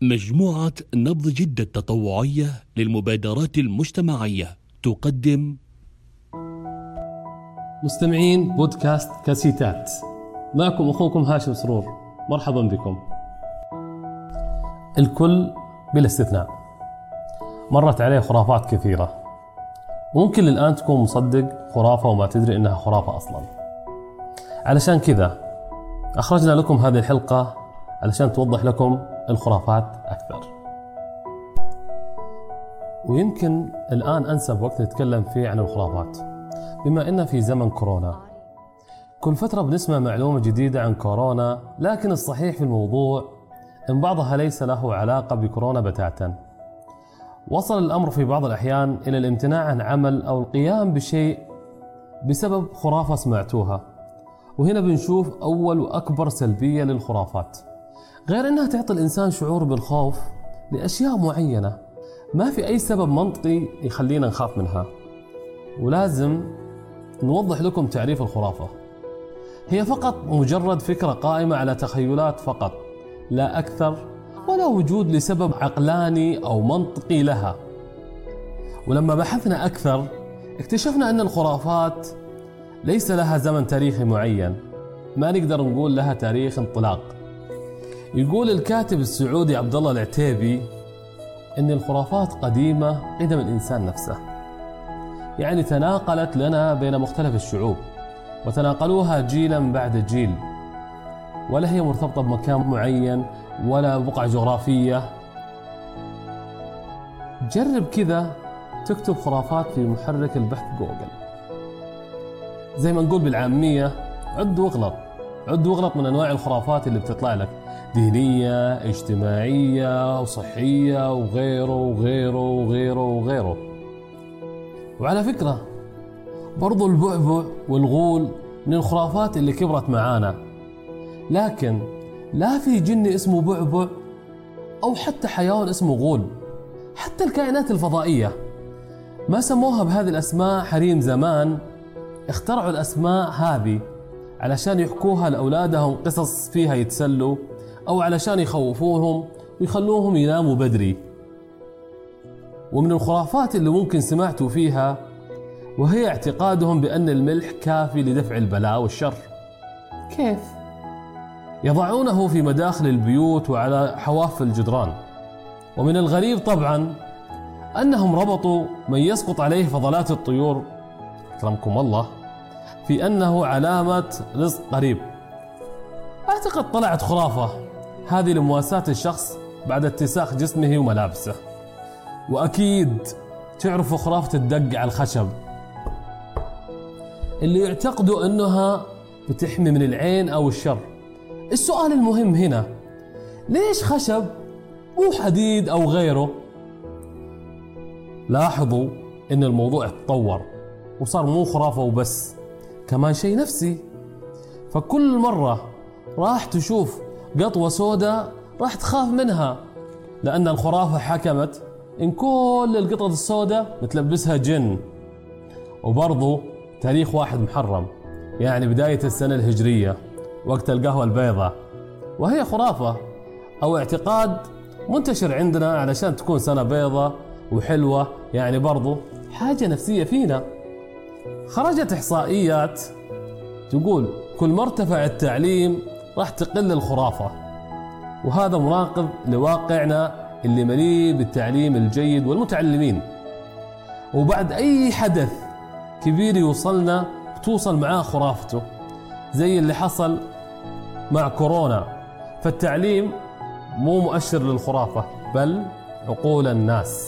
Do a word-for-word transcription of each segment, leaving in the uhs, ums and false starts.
مجموعة نبض جدة التطوعية للمبادرات المجتمعية تقدم مستمعين بودكاست كاسيتات. معكم أخوكم هاشم سرور، مرحبا بكم. الكل بلا استثناء مرت عليه خرافات كثيرة، وممكن الآن تكون مصدق خرافة وما تدري إنها خرافة أصلا. علشان كذا أخرجنا لكم هذه الحلقة علشان توضح لكم الخرافات أكثر. ويمكن الآن أنسب وقت نتكلم فيه عن الخرافات، بما إن في زمن كورونا كل فترة بنسمع معلومة جديدة عن كورونا، لكن الصحيح في الموضوع إن بعضها ليس له علاقة بكورونا بتاتا. وصل الأمر في بعض الأحيان إلى الامتناع عن عمل أو القيام بشيء بسبب خرافة سمعتوها. وهنا بنشوف أول وأكبر سلبية للخرافات، غير أنها تعطي الإنسان شعور بالخوف لأشياء معينة ما في أي سبب منطقي يخلينا نخاف منها. ولازم نوضح لكم تعريف الخرافة. هي فقط مجرد فكرة قائمة على تخيلات فقط، لا أكثر، ولا وجود لسبب عقلاني أو منطقي لها. ولما بحثنا أكثر اكتشفنا أن الخرافات ليس لها زمن تاريخي معين، ما نقدر نقول لها تاريخ انطلاق. يقول الكاتب السعودي عبد الله العتيبي أن الخرافات قديمة قدم الإنسان نفسه، يعني تناقلت لنا بين مختلف الشعوب وتناقلوها جيلا بعد جيل، ولا هي مرتبطة بمكان معين ولا بقعة جغرافية. جرب كذا تكتب خرافات في محرك البحث جوجل، زي ما نقول بالعامية عد واغلط. عد واغلط من أنواع الخرافات اللي بتطلع لك، دينية، اجتماعية وصحية وغيره وغيره وغيره وغيره. وعلى فكرة برضو البعبع والغول من الخرافات اللي كبرت معانا، لكن لا في جن اسمه بعبع أو حتى حيوان اسمه غول. حتى الكائنات الفضائية ما سموها بهذه الأسماء حريم زمان، اخترعوا الأسماء هذه علشان يحكوها لأولادهم قصص فيها يتسلوا، أو علشان يخوفوهم ويخلوهم يناموا بدري. ومن الخرافات اللي ممكن سمعتوا فيها وهي اعتقادهم بأن الملح كافي لدفع البلاء والشر. كيف؟ يضعونه في مداخل البيوت وعلى حواف الجدران. ومن الغريب طبعا أنهم ربطوا من يسقط عليه فضلات الطيور أكرمكم الله في أنه علامة رزق قريب. أعتقد طلعت خرافة هذه لمواساة الشخص بعد اتساخ جسمه وملابسه. وأكيد تعرفوا خرافة الدق على الخشب اللي يعتقدوا أنها بتحمي من العين أو الشر. السؤال المهم هنا، ليش خشب مو حديد أو غيره؟ لاحظوا أن الموضوع اتطور وصار مو خرافة وبس، كمان شيء نفسي. فكل مرة راح تشوف قطوة سوداء راح تخاف منها، لأن الخرافة حكمت إن كل القطط السوداء متلبسها جن. وبرضو تاريخ واحد محرم، يعني بداية السنة الهجرية وقت القهوة البيضاء، وهي خرافة أو اعتقاد منتشر عندنا علشان تكون سنة بيضاء وحلوة، يعني برضو حاجة نفسية فينا. خرجت إحصائيات تقول كل ما ارتفع التعليم راح تقل الخرافة، وهذا مراقب لواقعنا اللي مليء بالتعليم الجيد والمتعلمين. وبعد أي حدث كبير يوصلنا بتوصل معاه خرافته، زي اللي حصل مع كورونا. فالتعليم مو مؤشر للخرافة، بل عقول الناس.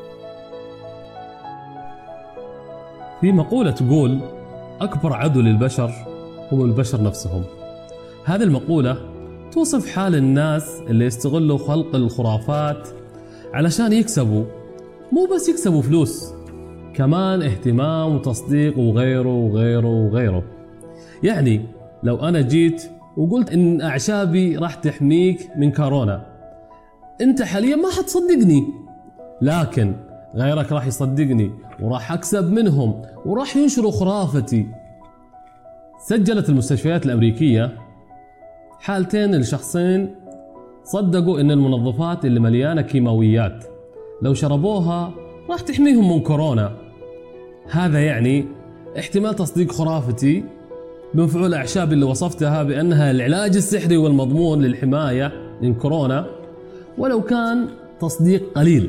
في مقولة تقول أكبر عدو للبشر هم البشر نفسهم. هذه المقولة توصف حال الناس اللي يستغلوا خلق الخرافات علشان يكسبوا، مو بس يكسبوا فلوس، كمان اهتمام وتصديق وغيره وغيره وغيره. يعني لو أنا جيت وقلت إن أعشابي راح تحميك من كورونا، أنت حاليا ما حتصدقني، لكن غيرك راح يصدقني وراح أكسب منهم وراح ينشروا خرافتي. سجلت المستشفيات الأمريكية حالتين لشخصين صدقوا إن المنظفات اللي مليانة كيماويات لو شربوها راح تحميهم من كورونا. هذا يعني احتمال تصديق خرافتي بمفعول الأعشاب اللي وصفتها بأنها العلاج السحري والمضمون للحماية من كورونا، ولو كان تصديق قليل.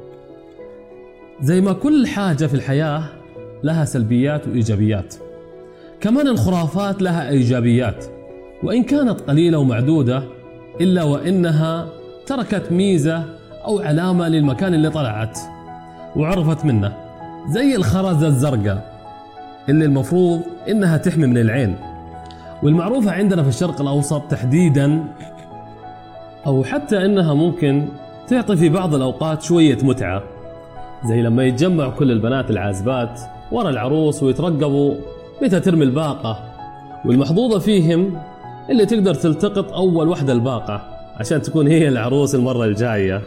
زي ما كل حاجة في الحياة لها سلبيات وإيجابيات، كمان الخرافات لها إيجابيات، وإن كانت قليلة ومعدودة إلا وإنها تركت ميزة أو علامة للمكان اللي طلعت وعرفت منه، زي الخرزة الزرقاء اللي المفروض إنها تحمي من العين، والمعروفة عندنا في الشرق الأوسط تحديدا، أو حتى إنها ممكن تعطي في بعض الأوقات شوية متعة، زي لما يتجمع كل البنات العازبات ورا العروس ويترقبوا متى ترمي الباقة، والمحظوظة فيهم اللي تقدر تلتقط أول واحدة الباقة عشان تكون هي العروس المرة الجاية.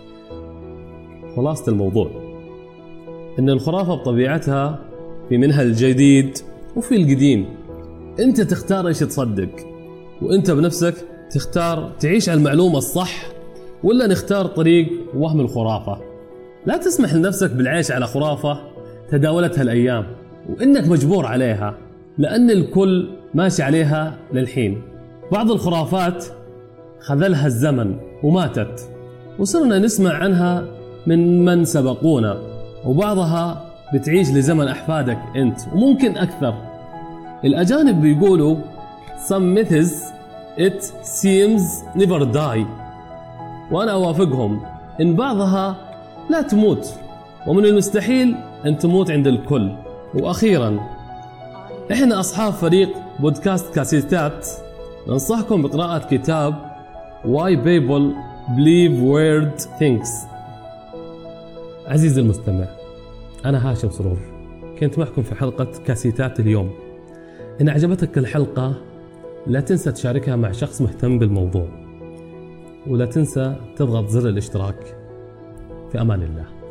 خلاصة الموضوع إن الخرافة بطبيعتها في منها الجديد وفي القديم، أنت تختار إيش تصدق، وأنت بنفسك تختار تعيش على المعلومة الصح ولا نختار طريق وهم الخرافة. لا تسمح لنفسك بالعيش على خرافة تداولتها الأيام وإنك مجبور عليها، لأن الكل ماشي عليها للحين. بعض الخرافات خذلها الزمن وماتت وصرنا نسمع عنها من من سبقونا، وبعضها بتعيش لزمن أحفادك أنت وممكن أكثر. الأجانب بيقولوا some myths it seems never die، وأنا أوافقهم إن بعضها لا تموت، ومن المستحيل أن تموت عند الكل. وأخيرا إحنا أصحاب فريق بودكاست كاسيتات ننصحكم بقراءة كتاب Why People Believe Weird Things. عزيزي المستمع، أنا هاشم سرور، كنت معكم في حلقة كاسيتات اليوم. إن أعجبتك الحلقة لا تنسى تشاركها مع شخص مهتم بالموضوع، ولا تنسى تضغط زر الاشتراك. في أمان الله.